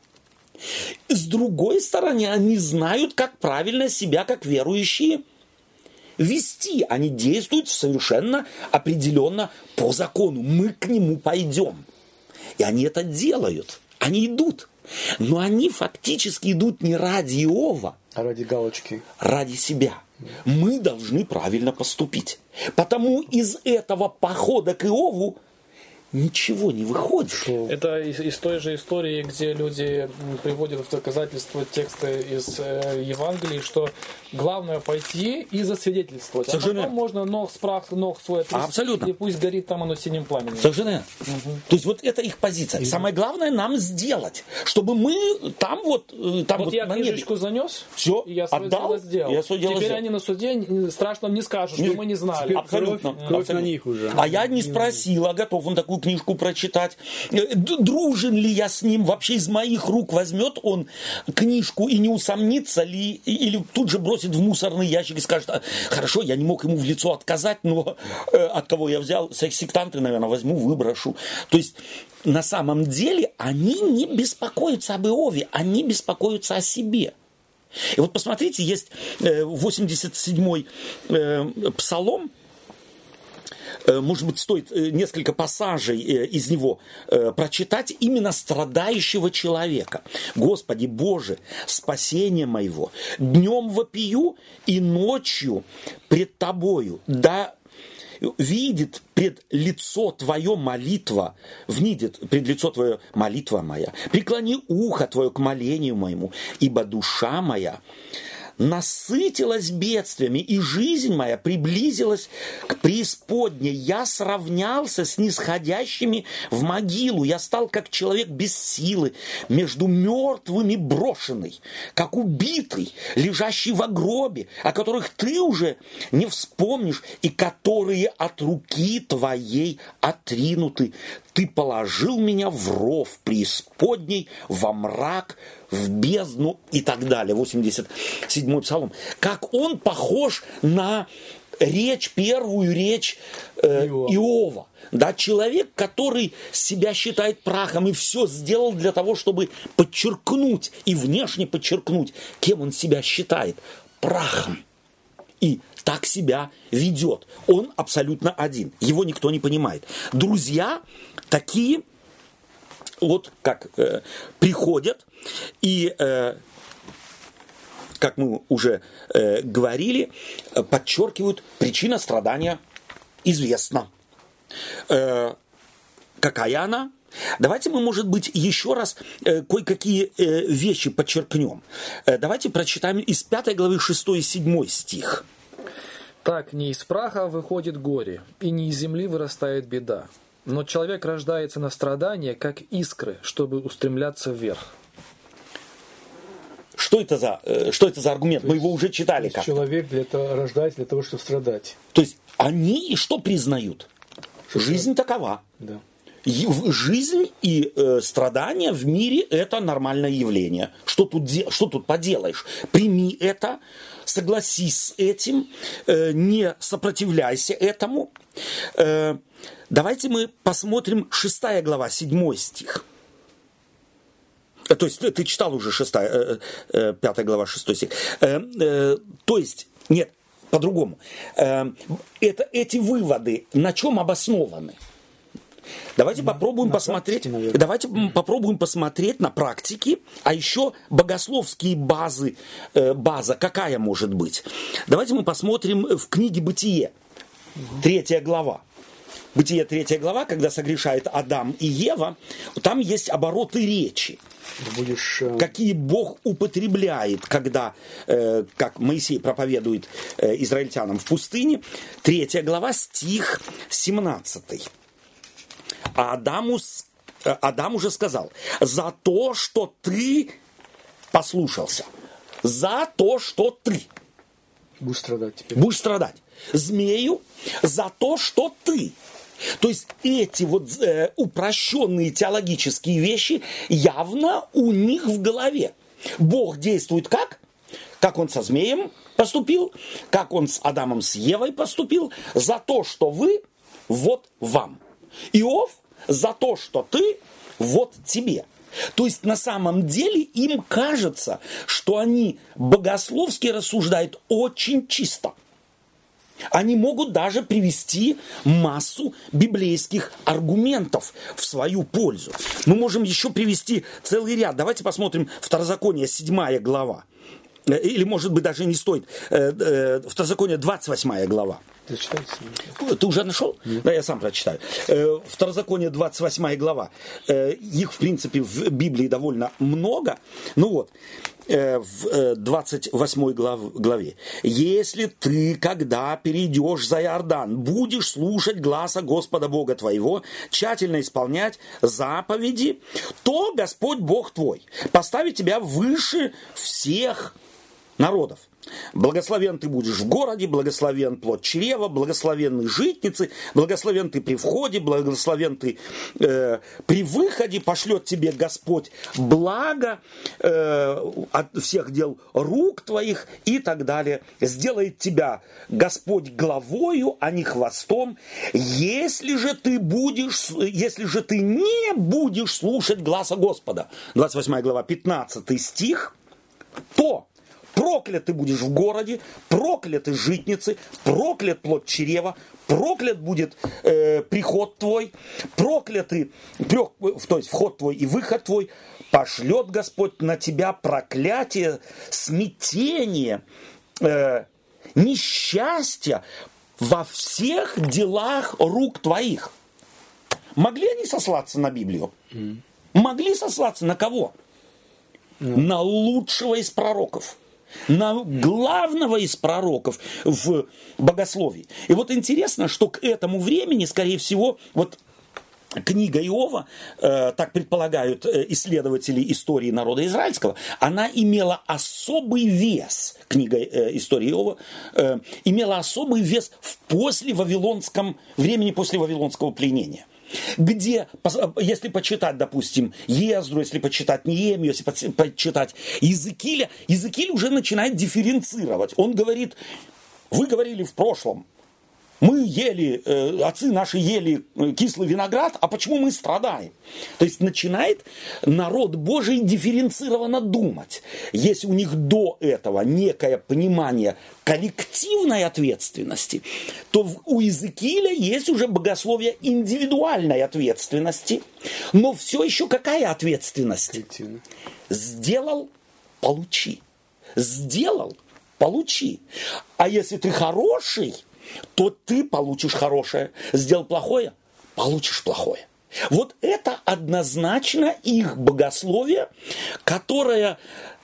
С другой стороны, они знают, как правильно себя, как верующие, вести. Они действуют совершенно определенно по закону. Мы к нему пойдем. И они это делают. Они идут. Но они фактически идут не ради Иова, а ради галочки. Ради себя. Мы должны правильно поступить. Потому из этого похода к Иову ничего не выходит. Это из, из той же истории, где люди приводят в доказательство тексты из э, Евангелий, что главное пойти и засвидетельствовать. Совершенно. А потом можно ног, прах, ног свой отрезать, абсолютно. И пусть горит там оно синим пламенем. Совершенно. Угу. То есть вот это их позиция. И... Самое главное нам сделать, чтобы мы там вот... Там вот, вот я на книжечку небе. занес, все, и я свое отдал, дело сделал. Я свое дело Теперь сделал. они на суде страшно не скажут, что не, мы не знали. Абсолютно. Кровь, кровь на них уже. А я не спросил, а готов он такую книжку прочитать. Дружен ли я с ним? Вообще из моих рук возьмет он книжку и не усомнится ли? Или тут же бросит в мусорный ящик и скажет: хорошо, я не мог ему в лицо отказать, но э, от кого я взял? Сектанты, наверное, возьму, выброшу. То есть на самом деле они не беспокоятся об Иове, они беспокоятся о себе. И вот посмотрите, есть восемьдесят седьмой э, псалом. Может быть, стоит несколько пассажей из него прочитать, именно страдающего человека. Господи Боже, спасение моего, днем вопию и ночью пред Тобою, да видит пред лицо Твое молитва, внидит пред лицо Твое молитва моя, преклони ухо Твое к молению моему, ибо душа моя насытилась бедствиями, и жизнь моя приблизилась к преисподней. Я сравнялся с нисходящими в могилу. Я стал как человек без силы, между мертвыми брошенный, как убитый, лежащий во гробе, о которых ты уже не вспомнишь, и которые от руки твоей отринуты. Ты положил меня в ров преисподней, во мрак, в бездну и так далее. восемьдесят седьмой псалом. Как он похож на речь, первую речь э, Иова. Иова. Да, человек, который себя считает прахом и все сделал для того, чтобы подчеркнуть и внешне подчеркнуть, кем он себя считает. Прахом. И так себя ведет. Он абсолютно один. Его никто не понимает. Друзья такие, вот как э, приходят и, э, как мы уже э, говорили, подчеркивают, причина страдания известна. Э, какая она? Давайте мы, может быть, еще раз э, кое-какие э, вещи подчеркнем. Э, давайте прочитаем из пятой главы шестой и седьмой стих. «Так не из праха выходит горе, и не из земли вырастает беда. Но человек рождается на страдания, как искры, чтобы устремляться вверх». Что это за, э, что это за аргумент? Мы его уже читали как-то. Человек для этого рождается для того, чтобы страдать. То есть они и что признают? Что Жизнь это? такова. Да. Жизнь и э, страдания в мире – это нормальное явление. Что тут, де- что тут поделаешь? Прими это, согласись с этим, э, не сопротивляйся этому. Э, давайте мы посмотрим шестая глава, седьмой стих. Э, то есть ты читал уже шестая, э, э, пятая глава, шестой стих. Э, э, то есть, нет, по-другому. Э, это, эти выводы на чем обоснованы? Давайте на, попробуем на посмотреть. Практике, давайте попробуем посмотреть на практике, а еще богословские базы, э, база какая может быть. Давайте мы посмотрим в книге Бытие, третья глава. Бытие третья глава, когда согрешает Адам и Ева, там есть обороты речи. Будешь... Какие Бог употребляет, когда, э, как Моисей проповедует э, израильтянам в пустыне. Третья глава, стих семнадцатый. А Адаму, э, Адам уже сказал: за то, что ты послушался. За то, что ты. Будешь страдать теперь. Будешь страдать. Змею за то, что ты. То есть эти вот э, упрощенные теологические вещи явно у них в голове. Бог действует как? Как он со змеем поступил, как он с Адамом, с Евой поступил, за то, что вы, вот вам. Иов за то, что ты, вот тебе. То есть на самом деле им кажется, что они богословски рассуждают очень чисто. Они могут даже привести массу библейских аргументов в свою пользу. Мы можем еще привести целый ряд. Давайте посмотрим Второзаконие, седьмая глава. Или, может быть, даже не стоит. Второзаконие, двадцать восьмая глава. Ты уже нашел? Нет. Да, я сам прочитаю. Второзаконие, двадцать восьмая глава. Их, в принципе, в Библии довольно много. Ну вот, в двадцать восьмой главе. «Если ты, когда перейдешь за Иордан, будешь слушать гласа Господа Бога твоего, тщательно исполнять заповеди, то Господь Бог твой поставит тебя выше всех народов. Благословен ты будешь в городе, благословен плод чрева, благословенны житницы, благословен ты при входе, благословен ты э, при выходе, пошлет тебе Господь благо э, от всех дел рук твоих и так далее. Сделает тебя Господь главою, а не хвостом. Если же ты будешь, если же ты не будешь слушать гласа Господа», двадцать восьмая глава, пятнадцатый стих, то проклят ты будешь в городе, прокляты житницы, проклят плод чрева, проклят будет э, приход твой, прокляты, то есть вход твой и выход твой, пошлет Господь на тебя проклятие, смятение, э, несчастье во всех делах рук твоих. Могли они сослаться на Библию? Mm. Могли сослаться на кого? Mm. На лучшего из пророков. На главного из пророков в богословии. И вот интересно, что к этому времени, скорее всего, вот книга Иова, э, так предполагают исследователи истории народа израильского, она имела особый вес, книга э, истории Иова, э, имела особый вес в после вавилонском времени, после вавилонского пленения. Где, если почитать, допустим, Ездру, если почитать Неемию, если почитать Иезекииля, Иезекииль уже начинает дифференцировать. Он говорит: вы говорили в прошлом, мы ели, э, отцы наши ели кислый виноград, а почему мы страдаем? То есть начинает народ Божий дифференцированно думать. Если у них до этого некое понимание коллективной ответственности, то у Иезекииля есть уже богословие индивидуальной ответственности. Но все еще какая ответственность? Сделал – получи. Сделал – получи. А если ты хороший, то ты получишь хорошее. Сделал плохое – получишь плохое. Вот это однозначно их богословие, которое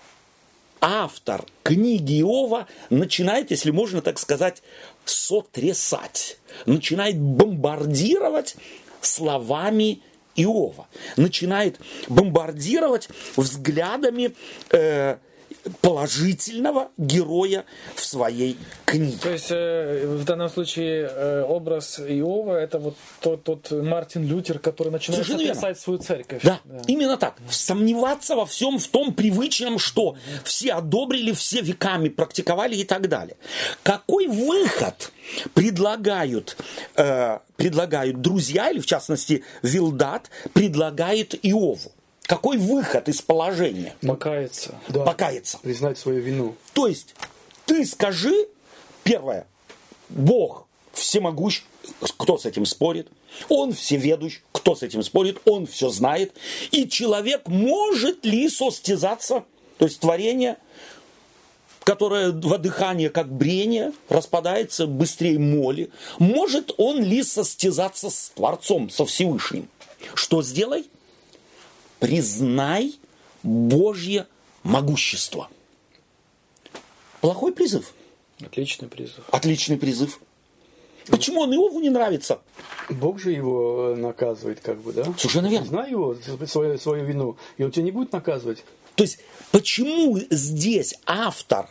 автор книги Иова начинает, если можно так сказать, сотрясать. Начинает бомбардировать словами Иова. Начинает бомбардировать взглядами э, положительного героя в своей книге. То есть э, в данном случае э, образ Иова — это вот тот, тот Мартин Лютер, который начинает сотрясать свою церковь. Да, да, именно так. Сомневаться во всем в том привычном, что все одобрили, все веками практиковали и так далее. Какой выход предлагают, э, предлагают друзья, или в частности Вилдат, предлагает Иову? Какой выход из положения? Покаяться. Да. Покаяться. Признать свою вину. То есть, ты скажи, первое, Бог всемогущ, кто с этим спорит? Он всеведущ, кто с этим спорит? Он все знает. И человек может ли состязаться, то есть творение, которое во дыхание, как брение, распадается быстрее моли, может он ли состязаться с Творцом, со Всевышним? Что сделай? Признай Божье могущество. Плохой призыв? Отличный призыв. Отличный призыв. Почему он Иову не нравится? Бог же его наказывает, как бы, да? Совершенно верно. Знай его, свою, свою вину, и он тебя не будет наказывать. То есть, почему здесь автор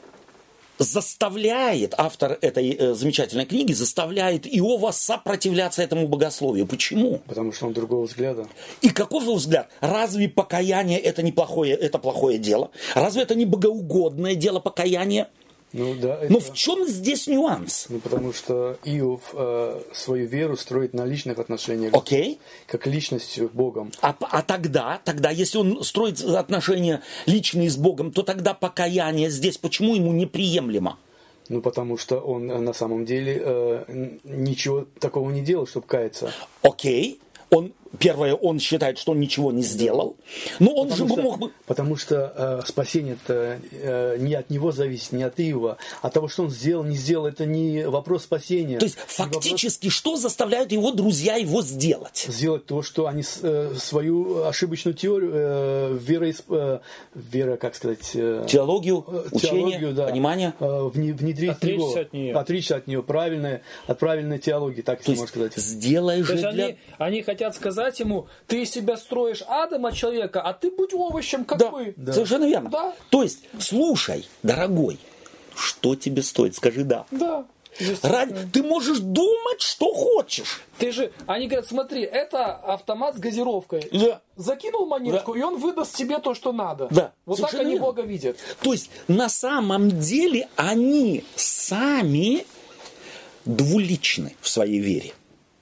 заставляет, автор этой э, замечательной книги, заставляет Иова сопротивляться этому богословию? Почему? Потому что он другого взгляда. И каков его взгляд? Разве покаяние это не плохое, это плохое дело? Разве это не богоугодное дело покаяния? Ну, да, это... Но в чем здесь нюанс? Ну, потому что Иов э, свою веру строит на личных отношениях. Окей. Как личность с Богом. А, а тогда, тогда, если он строит отношения личные с Богом, то тогда покаяние здесь почему ему неприемлемо? Ну, потому что он э, на самом деле э, ничего такого не делал, чтобы каяться. Окей. Он, первое, он считает, что он ничего не сделал. Но он потому же что, мог бы... Потому что э, спасение-то э, не от него зависит, не от Иова. От того, что он сделал, не сделал, это не вопрос спасения. То есть, фактически, вопрос... что заставляют его друзья его сделать? Сделать то, что они э, свою ошибочную теорию, э, веро, э, вера, как сказать... Э, теологию, э, учение, теологию, да, понимание. Э, внедрить отречься его, от нее. Отречься от нее, правильная, от правильной теологии, так то если есть, можно сказать. Сделай же То для... есть они, они хотят сказать ему, ты из себя строишь Адама человека, а ты будь овощем, как Да, мы. да. Совершенно верно. Да. То есть, слушай, дорогой, что тебе стоит? Скажи да. Да. Ради... Ты можешь думать, что хочешь. Ты же, они говорят, смотри, это автомат с газировкой. Да. Закинул монетку, Да. и он выдаст тебе то, что надо. Да. Вот так Совершенно они верно. Бога видят. То есть, на самом деле, они сами двуличны в своей вере.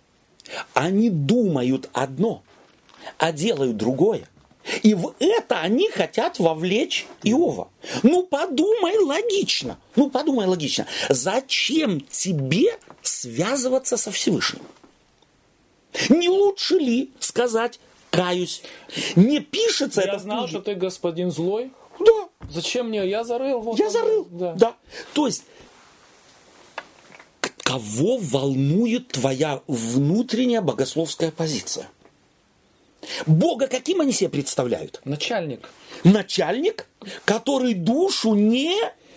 Они думают одно, а делают другое. И в это они хотят вовлечь Иова. Ну, подумай логично. Ну, подумай логично. Зачем тебе связываться со Всевышним? Не лучше ли сказать «каюсь»? Не пишется Я это в знал, книге. что ты господин злой. Да, Зачем мне? Я зарыл. Вот я он. зарыл. Да. Да. То есть, кого волнует твоя внутренняя богословская позиция? Бога каким они себе представляют? Начальник. Начальник, который душу не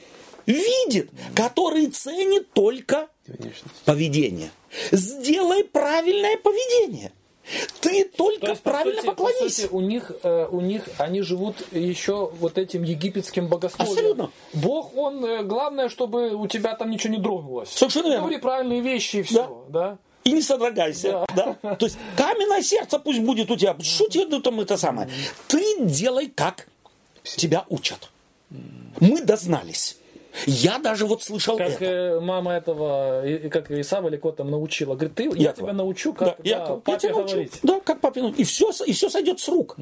видит, который ценит только поведение. Сделай правильное поведение. Ты только То есть, по правильно сути, поклонись. по сути, у них, э, у них, они живут еще вот этим египетским богословием. Абсолютно. Бог, он, э, главное, чтобы у тебя там ничего не дрогнулось. Совершенно верно. Говори правильные вещи и все, да? И не содрогайся. Да. Да? То есть каменное сердце пусть будет у тебя. Что тебе ну, там это самое? Ты делай, как тебя учат. Мы дознались. Я даже вот слышал Как это. э, мама этого, и- как Исава или кого там научила. Говорит, ты, я Якова. тебя научу, Да, как да, Яков, я папе тебя научу. говорить. Да, как папе научу. И все, и все сойдет с рук.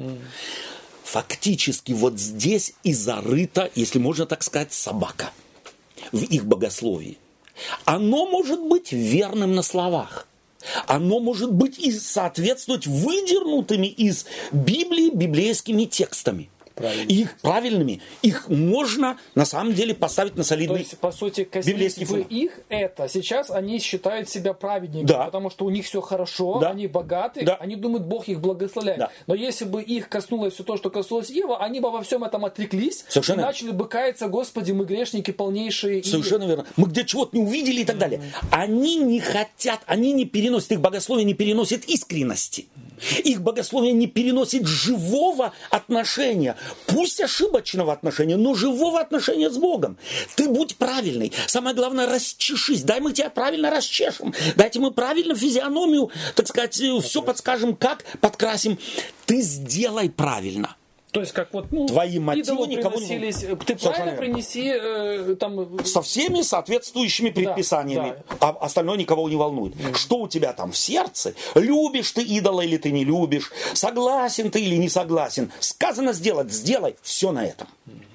Фактически вот здесь и зарыта, если можно так сказать, собака в их богословии. Оно может быть верным на словах. Оно может быть и соответствовать выдернутыми из Библии библейскими текстами. Правильно. Их правильными. Их можно на самом деле поставить на То солидный есть, по сути, библейский коснись бы фундамент. их это, сейчас они считают себя праведниками, Да. потому что у них все хорошо, Да. они богаты, Да. они думают, Бог их благословляет. Да. Но если бы их коснулось все то, что коснулось Ева, они бы во всем этом отреклись Совершенно и верно. начали бы каяться, Господи, мы грешники полнейшие. и- Совершенно верно. Мы где чего-то не увидели и так далее. Они не хотят, они не переносят, их богословие не переносит искренности. Их богословие не переносит живого отношения. Пусть ошибочного отношения, но живого отношения с Богом. Ты будь правильный. Самое главное, расчешись. Дай мы тебя правильно расчешем. Дайте мы правильно физиономию, так сказать, все подскажем, как подкрасим. Ты сделай правильно. То есть, как вот, ну, Твои мотивы идолу никого не приносились. Ты Совершенно правильно верно. принеси э, там... Со всеми соответствующими предписаниями. да. А остальное никого не волнует. Что у тебя там в сердце? Любишь ты идола или ты не любишь? Согласен ты или не согласен? Сказано сделать, сделай. Все на этом.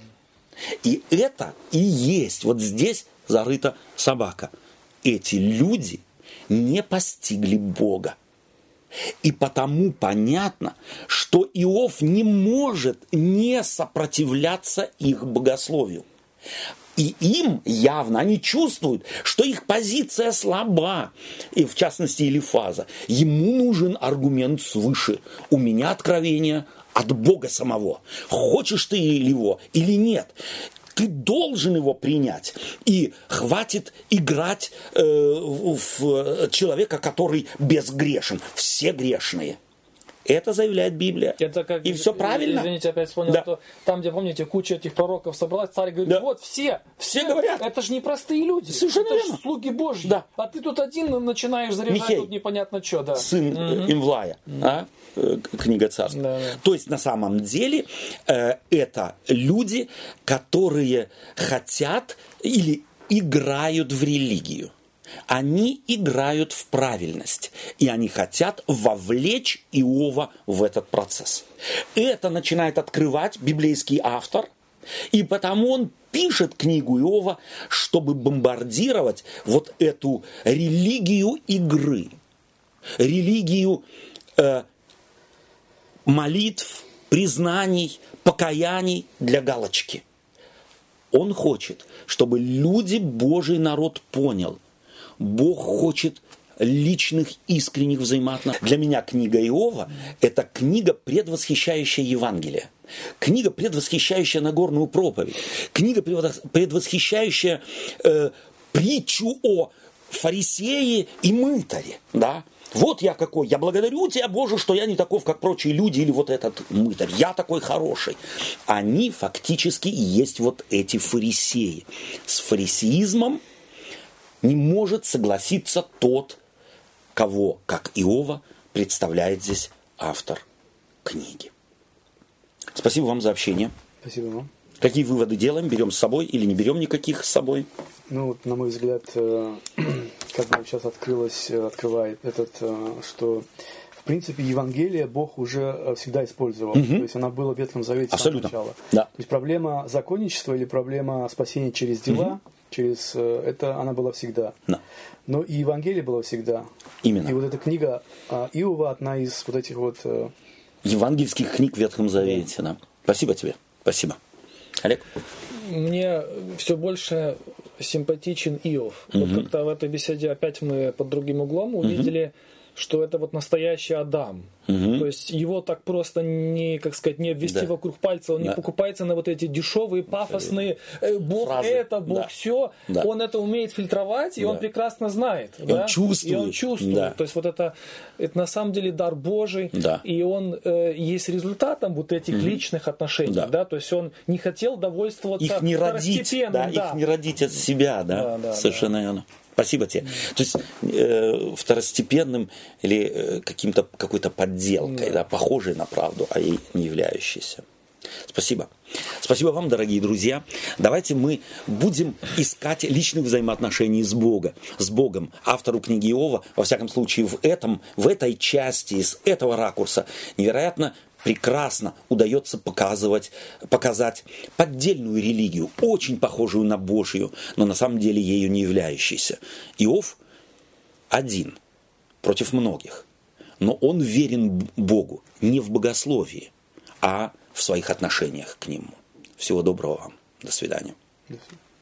И это и есть. Вот здесь зарыта собака. Эти люди не постигли Бога. И потому понятно, что Иов не может не сопротивляться их богословию. И им явно, они чувствуют, что их позиция слаба, и в частности Элифаза. Ему нужен аргумент свыше. У меня откровение от Бога самого. Хочешь ты его или нет? Ты должен его принять. И хватит играть э, в человека, который безгрешен. Все грешные. Это заявляет Библия. Это как, и все правильно. Извините, опять вспомнил, да. что там, где, помните, куча этих пророков собралась, царь говорит, да. вот все, все, все говорят. Это же не простые люди. Совершенно это верно. же слуги Божьи. Да. А ты тут один начинаешь заряжать Михей, тут непонятно что. Да. Сын угу. Имлая. Угу. А? Книга Царств. Да, да. То есть на самом деле э, это люди, которые хотят или играют в религию. Они играют в правильность, и они хотят вовлечь Иова в этот процесс. Это начинает открывать библейский автор, и потому он пишет книгу Иова, чтобы бомбардировать вот эту религию игры, религию э, молитв, признаний, покаяний для галочки. Он хочет, чтобы люди, Божий народ понял, Бог хочет личных, искренних взаимоотношений. Для меня книга Иова – это книга, предвосхищающая Евангелие. Книга, предвосхищающая Нагорную проповедь. Книга, предвосхищающая э, притчу о фарисее и мытаре. Да? Вот я какой. Я благодарю тебя, Боже, что я не таков, как прочие люди, или вот этот мытарь. Я такой хороший. Они фактически и есть вот эти фарисеи. С фарисеизмом не может согласиться тот, кого, как Иова, представляет здесь автор книги. Спасибо вам за общение. Спасибо вам. Какие выводы делаем? Берем с собой или не берем никаких с собой? Ну, вот, на мой взгляд, как бы сейчас открылось, открывает этот, что в принципе Евангелие Бог уже всегда использовал. Угу. То есть она была в Ветхом Завете с самого начала. Да. То есть проблема законничества или проблема спасения через дела, угу. через это она была всегда. Да. Но и Евангелие было всегда. Именно. И вот эта книга Иова одна из вот этих вот евангельских книг в Ветхом Завете. Да. Да. Спасибо тебе. Спасибо. Олег? Мне все больше симпатичен Иов. Угу. Вот как-то в этой беседе опять мы под другим углом увидели, угу. что это вот настоящий Адам. Угу. То есть его так просто не, как сказать, не обвести да. вокруг пальца, он да. не покупается на вот эти дешевые, пафосные Бог фразы. Это, Бог да. все. Да. Он это умеет фильтровать, и да. он прекрасно знает. И да? он чувствует. И он чувствует. Да. То есть вот это, это на самом деле дар Божий, да. и он э, есть результатом вот этих угу. личных отношений. Да. Да? То есть он не хотел довольствоваться их не родить, да, да. их не родить от себя, да, да, да совершенно верно. Да. Спасибо тебе. То есть э, второстепенным или э, каким-то, какой-то подделкой, да. Да, похожей на правду, а ей не являющейся. Спасибо. Спасибо вам, дорогие друзья. Давайте мы будем искать личных взаимоотношений с Богом. С Богом. Автору книги Иова, во всяком случае, в, этом, в этой части, с этого ракурса, невероятно прекрасно удается показывать, показать поддельную религию, очень похожую на Божью, но на самом деле ею не являющейся. Иов один против многих, но он верен Богу не в богословии, а в своих отношениях к Нему. Всего доброго вам. До свидания.